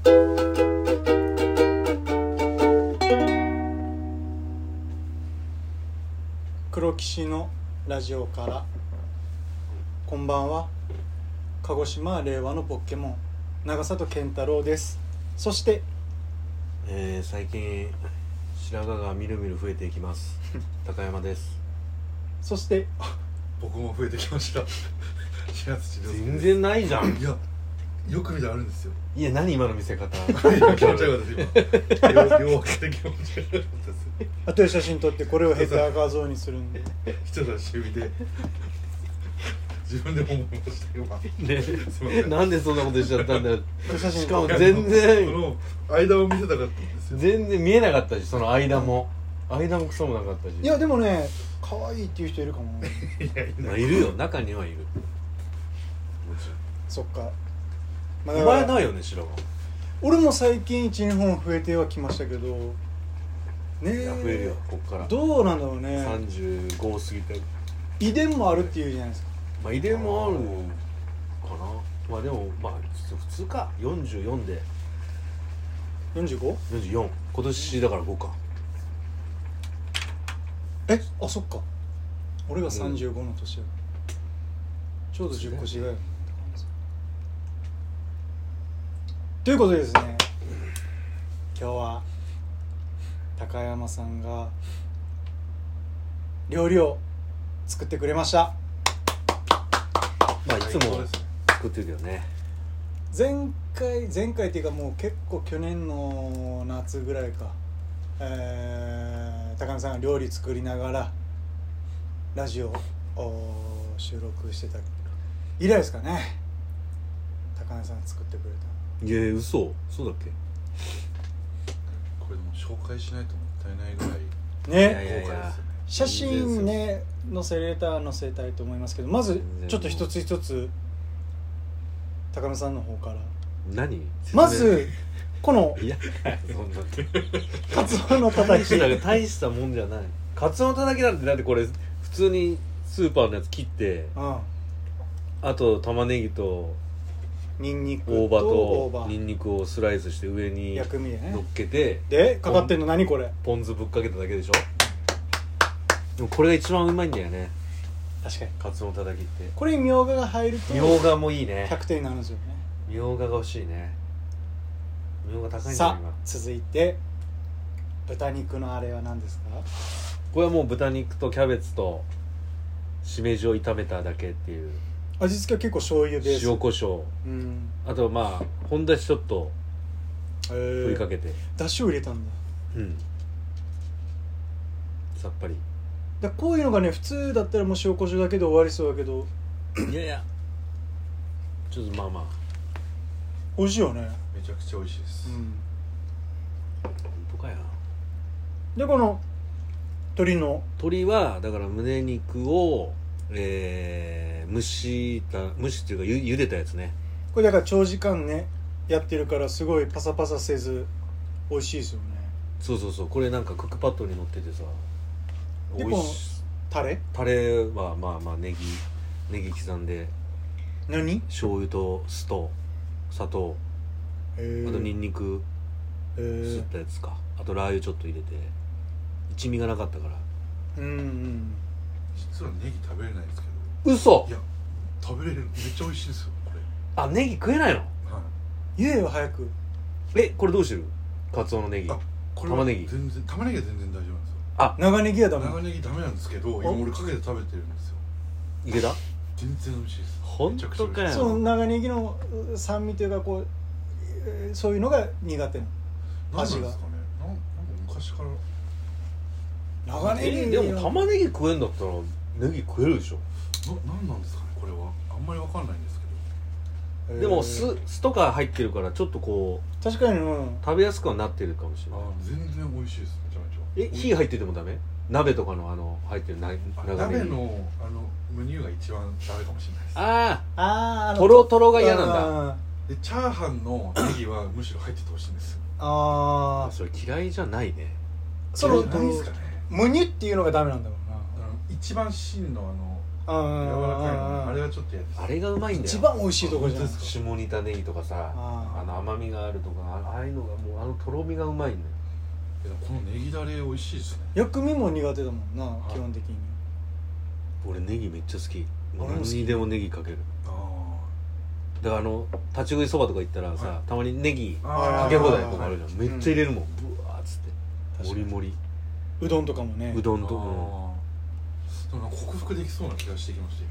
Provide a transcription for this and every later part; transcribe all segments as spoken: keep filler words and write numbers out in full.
黒騎士のラジオからこんばんは。鹿児島令和のポッケモン長里健太郎です。そして、 えー、最近白髪がみるみる増えていきます高山です。 そして僕も増えてきました白土亮介です。 全然ないじゃん。 いやよく見たらあるんですよ。 いや何今の見せ方いや気持ち悪かった今両両手気持ち悪かったです後で写真撮ってこれをヘター画像にするんで人差し指で自分でも思いました今ね、 すいません。 なんでそんなことしちゃったんだよ写真しかも全然この間を見せたかったんですよ。 全然見えなかったし、その間も間もクソもなかったし。 いやでもね可愛いっていう人いるかもいやいまあ、いるよ、中にはいる。もちそっか、まろんお前ないよね白髪。 俺も最近 いち,に 本増えてはきましたけどねえ、 いや増えるよこっからどうなんだろうね。 さんじゅうご過ぎて遺伝もあるっていうじゃないですか。 まあ遺伝もあるかな。まあでもまあ普通か。よんじゅうよんでよんじゅうご？ よんじゅうよん、今年だからごか。 え、あ、そっか。俺がさんじゅうごの年や、うん、ちょうどじゅっこ違いやった感じ。ということでですね、今日は高山さんが料理を作ってくれました。 まあいつも作ってるけどね。 前回前回っていうかもう結構去年の夏ぐらいか、えー、高山さんが料理作りながらラジオを収録してた以来ですかね。高山さんが作ってくれた。 いやいや嘘、そうだっけ。 これでも紹介しないともったいないぐらいね、 いやいやいや豪華ですよね。 写真ね載せれたら載せたいと思いますけど、まずちょっと一つ一つ高山さんの方から何まずこのいやそんなカツオのたたき大した大したもんじゃない。カツオのたたきなんてだってこれ普通にスーパーのやつ切って、 うん、 あと玉ねぎとニンニク大葉大葉とニンニクをスライスして上に薬味でね乗っけて、 でかかってんの何これ。 ポン酢ぶっかけただけでしょ。でもこれが一番うまいんだよね、 確かにカツオのたたきって。 これにみょうがが入るとみょうがもいいね。 ひゃくてんになるんですよね。 みょうがが欲しいね。みょうが高いんだよさあ今。 続いて豚肉のあれは何ですか。 これはもう豚肉とキャベツとしめじを炒めただけっていう。 味付けは結構醤油ベース。 塩コショウ、 うん、 あとまあ本だしちょっとえー、 振りかけて、 だしを入れたんだ。 うんさっぱり。 だこういうのがね普通だったらもう塩コショウだけで終わりそうだけどいやいやちょっとまあまあ美味しいよね。 めちゃくちゃ美味しいです、 うん、 本当かや。 でこの鶏の鶏はだから胸肉をえー、蒸した蒸しっていうかゆ茹でたやつね。 これだから長時間ねやってるからすごいパサパサせず美味しいですよね。 そうそうそう、これなんかクックパッドに乗っててさ、 で美味しタレタレはまあまあネギネギ刻んで、 何醤油と酢と砂糖、 えー、 あとニンニクえーすったやつか、あとラー油ちょっと入れて、一味がなかったから。 うんうん実はネギ食べれないんですけ嘘。 ど、いや食べれる、めっちゃ美味しいですよこれ。 あ、ネギ食えないの。 はい。 言えよ早く。 え、これどうしてる。カツオのネギ。 あ、これは玉ねぎ全然玉ねぎは全然大丈夫なんですよ。 あ、 長ネギはダメ。 長ネギダメなんですけど、今俺かけて食べてるんですよ。 いけた。 全然美味しいです。 本当かよ。 その長ネギの酸味というかこうえーそういうのが苦手な味が。 なんですかね。なんなんか昔から長ネギえでも玉ねぎ食えんだったらネギ食えるでしょ。 ななんなんですかねこれは。あんまりわかんないんですけど。 えーでも酢酢とか入ってるからちょっとこう確かに、うん、 食べやすくはなってるかもしれあない。 全然美味しいですめちゃめちゃ。 え、火入っててもダメ。鍋とかのあの入ってるなあ長ネギ。 鍋のあのムニューが一番ダメかもしれないです。 ああーあ、トロトロが嫌なんだ。 だ。 でチャーハンのネギはむしろ入っててほしいんですよ。 ああ、 それ嫌いじゃないね。 そのないですかね。 ムニュっていうのがダメなんだろうな。 あの一番芯のあのあ柔らかいのああれはちょっと嫌です。 あれがうまいんだよ。 一番美味しいところじゃないですか。 下仁田ネギとかさ、 あーあの甘みがあるとか、ああいうのがもうあのとろみがうまいんだよ。 でもこのネギだれ美味しいですね。 薬味も苦手だもんな、 い基本的に。 俺ネギめっちゃ好き。もう俺も好き何にでもネギかける。 あだからあの立ち食いそばとか行ったらさ、 はいたまにネギあかけ放題とかあるじゃん。めっちゃ入れるもん。 うブワーっつって確かにもりもりうどんとかもね。 うどんあとうんーでもなんか克服できそうな気がしてきました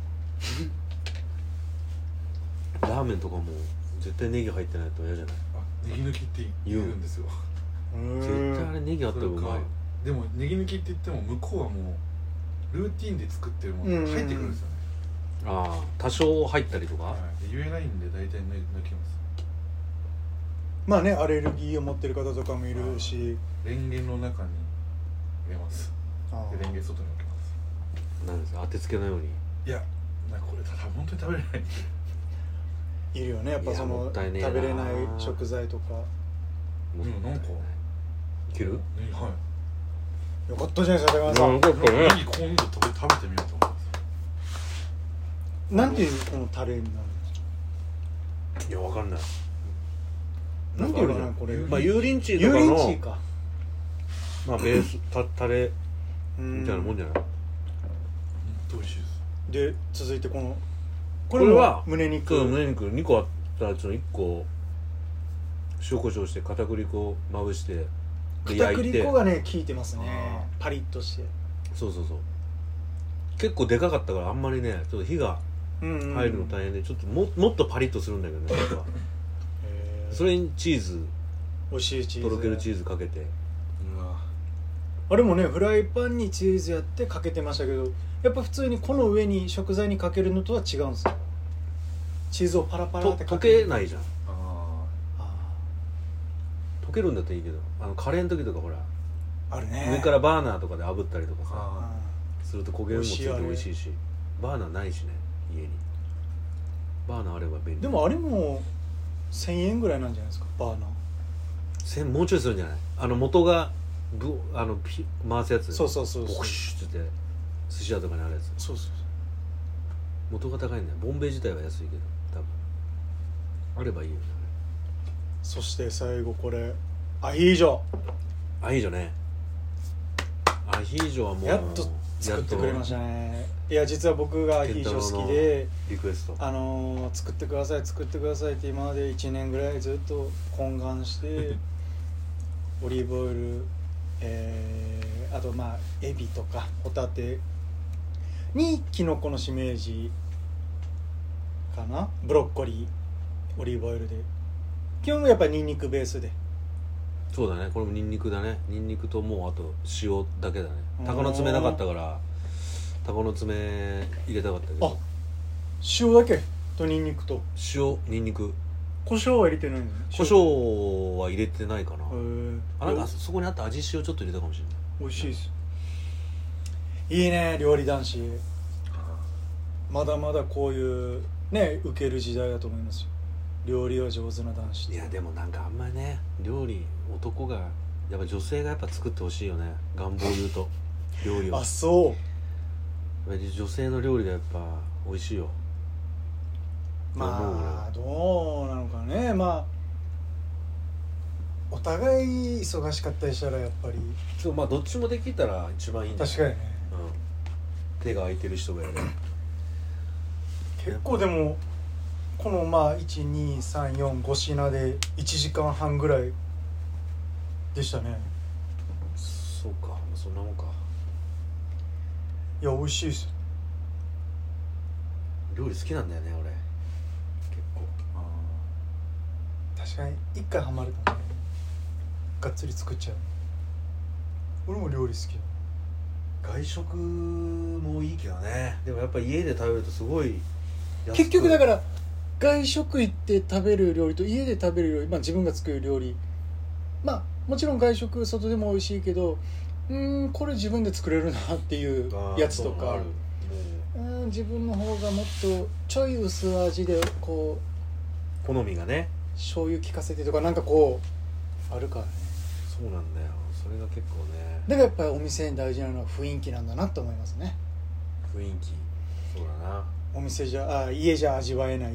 よ。 ラーメンとかも絶対ネギ入ってないと嫌じゃない。 あ、ネギ抜きって言うんですよ。 うーん絶対あれネギあったらうまいよ。 でもネギ抜きって言っても向こうはもうルーティンで作ってるものが入ってくるんですよね。 ああ多少入ったりとか、 はい、で言えないんで大体抜抜きます。 まあね、アレルギーを持ってる方とかもいるし。 レンゲの中に入れます。 あでレンゲ外に置きます。 なんですか当てつけのように。 いや、なんかこれただ本当に食べれないんで。 いるよね、やっぱそいやもの食ったいねえなべれない食材とか。 もううんなんかいける？ ね、はいよかったじゃないですか、高山さん。 かったねネギ今度食べ食べてみようと思います。 なんていうこのタレになるんですか。 いやわかんない。 なんていうかな、これ。 まあ油淋鶏と油淋かの鶏か。 まあベースたタレみみたいなもんじゃない？ 本当美味しいです。 で、続いてこのこれはも胸肉。 そう胸肉にこあったやつのいっこ塩コショウして片栗粉まぶしてで片焼いて、 栗粉がね効いてますね。 あパリッとして。 そうそうそう結構でかかったからあんまりねちょっと火がうんうん入るの大変でちょっとももっとパリッとするんだけどね僕はへーそれにチーズ美味しいチーズ。 とろけるチーズかけてうわあれもね、フライパンにチーズやってかけてましたけど、やっぱ普通にこの上に食材にかけるのとは違うんですよ。チーズをパラパラと溶ってかける。 けないじゃん。 ああ溶けるんだったらいいけどあのカレーの時とかほら、 ーあるね。 上からバーナーとかで炙ったりとかさあすると焦げもついて美味しいしバーナーないしね家にバーナーあれば便利でもあれもせんえんぐらいなんじゃないですか、バーナー。 せんもうちょいするんじゃないあの元がぶあのピ回すやつそうそうそうそうボクシュッって寿司屋とかにあるやつそうそう元が高いんだよボンベイ自体は安いけど多分あればいいよねそして最後これアヒージョアヒージョねアヒージョはもうやっと作ってくれましたね。いや実は僕がアヒージョ好きで、 リクエストあのー、作ってください作ってくださいって今までいちねんぐらいずっと懇願してオリーブオイル、えー、あとまあエビとかホタテにキノコのしめじかな、ブロッコリーオリーブオイルで基本はやっぱりニンニクベースで。 そうだねこれもニンニクだねニンニクともうあと塩だけだねうん鷹の爪なかったから鷹の爪入れたかったけあど塩だけとニンニクと塩ニンニク胡椒は入れてないのね。 胡椒は入れてないかなへーあなんかそこにあった味塩ちょっと入れたかもしれない美味しいです。いいね料理男子。まだまだこういうね受ける時代だと思いますよ。料理は上手な男子っていやでもなんかあんまりね料理男がやっぱ女性がやっぱ作ってほしいよね願望を言うと料理はあそうやっぱり女性の料理がやっぱ美味しいよまあどうなのかね。まあお互い忙しかったりしたらやっぱりそうまあどっちもできたら一番いいんじゃない確かにね。 うん、手が空いてる人がやる結構でもこのまあいちにさんよんご品でいちじかんはんぐらいでしたね。 そうかそんなもんかいや美味しいですよ。 料理好きなんだよね俺結構確かに一回ハマるとねがっつり作っちゃう。俺も料理好きだ。 外食もいいけどねでもやっぱ家で食べるとすごい安く結局だから外食行って食べる料理と家で食べる料理、まあ、自分が作る料理、まあもちろん外食外でも美味しいけどうーんこれ自分で作れるなっていうやつとかあーそうあるうーん自分の方がもっとちょい薄味でこう好みがね醤油効かせてとかなんかこうあるからね。 そうなんだよそれが結構ねだからやっぱりお店に大事なのは雰囲気なんだなと思いますね。 雰囲気そうだな、 お店じゃあ家じゃ味わえない。 雰囲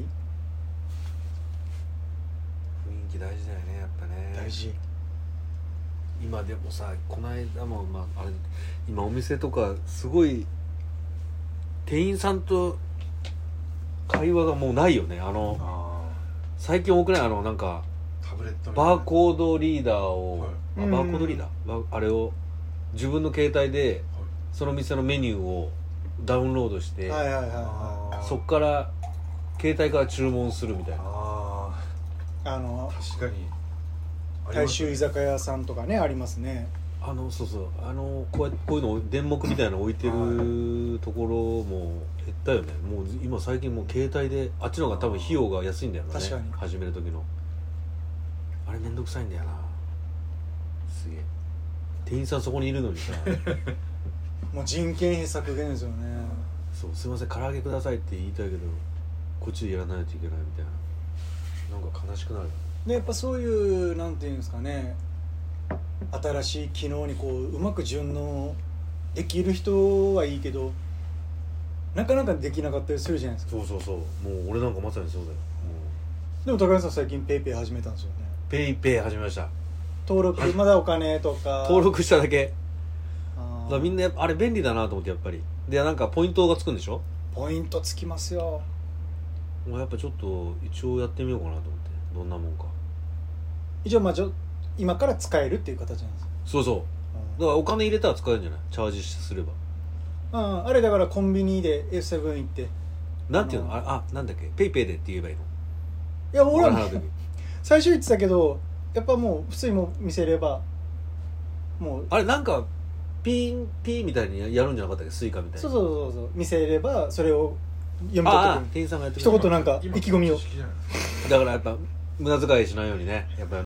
気大事だよねやっぱね。 大事。 今でもさ、この間も、まあ、あれ今お店とかすごい店員さんと会話がもうないよね。あのあ最近多くない？あのなんかタブレットみたいなバーコードリーダーを、 はい、 あバーコードリーダー、あれを自分の携帯でその店のメニューをダウンロードして、 はいはいはいあはーそっから携帯から注文するみたいな。 あい。あのー確かに大衆居酒屋さんとかねありますね。 あのそうそう、あのこうやってこういうの電目みたいなの置いてるところも減ったよね。もう今最近もう携帯で、あっちの方が多分費用が安いんだよね。 確かに始める時のあれめんどくさいんだよな。すげえ店員さんそこにいるのにさもう人件費削減ですよね。 そうすいません唐揚げくださいって言いたいけどこっちでやらないといけないみたいな、なんか悲しくなる。 でやっぱそういうなんていうんですかね、新しい機能にこううまく順応できる人はいいけどなかなかできなかったりするじゃないですか。 そうそうそう、もう俺なんかまさにそうだよ。もでも高橋さん最近ペイペイ始めたんですよね。 うペイペイ始めました。 登録まだお金とか登録しただけあーだからみんなやっぱあれ便利だなと思ってやっぱりでなんかポイントがつくんでしょ。 ポイントつきますよ。 もうやっぱちょっと一応やってみようかなと思って、どんなもんか。 一応まあちょ今から使えるっていう形なんですよ。 そうそう、だからお金入れたら使えるんじゃない？チャージすれば。 うん、あれだからコンビニで エフセブン 行ってなんていうの、 あああなんだっけ、ペイペイでって言えばいいの？ いや俺はお金払う時最初言ってたけどやっぱもう普通にもう見せればもうあれなんかピンピーみたいにやるんじゃなかったっけ、スイカみたいな。 そうそうそうそう見せればそれを読み取ああってくる。 店員さんがやってくれる。 一言なんか意気込みを今常識じゃないですか。 だからやっぱ無駄遣いしないようにね、やっぱ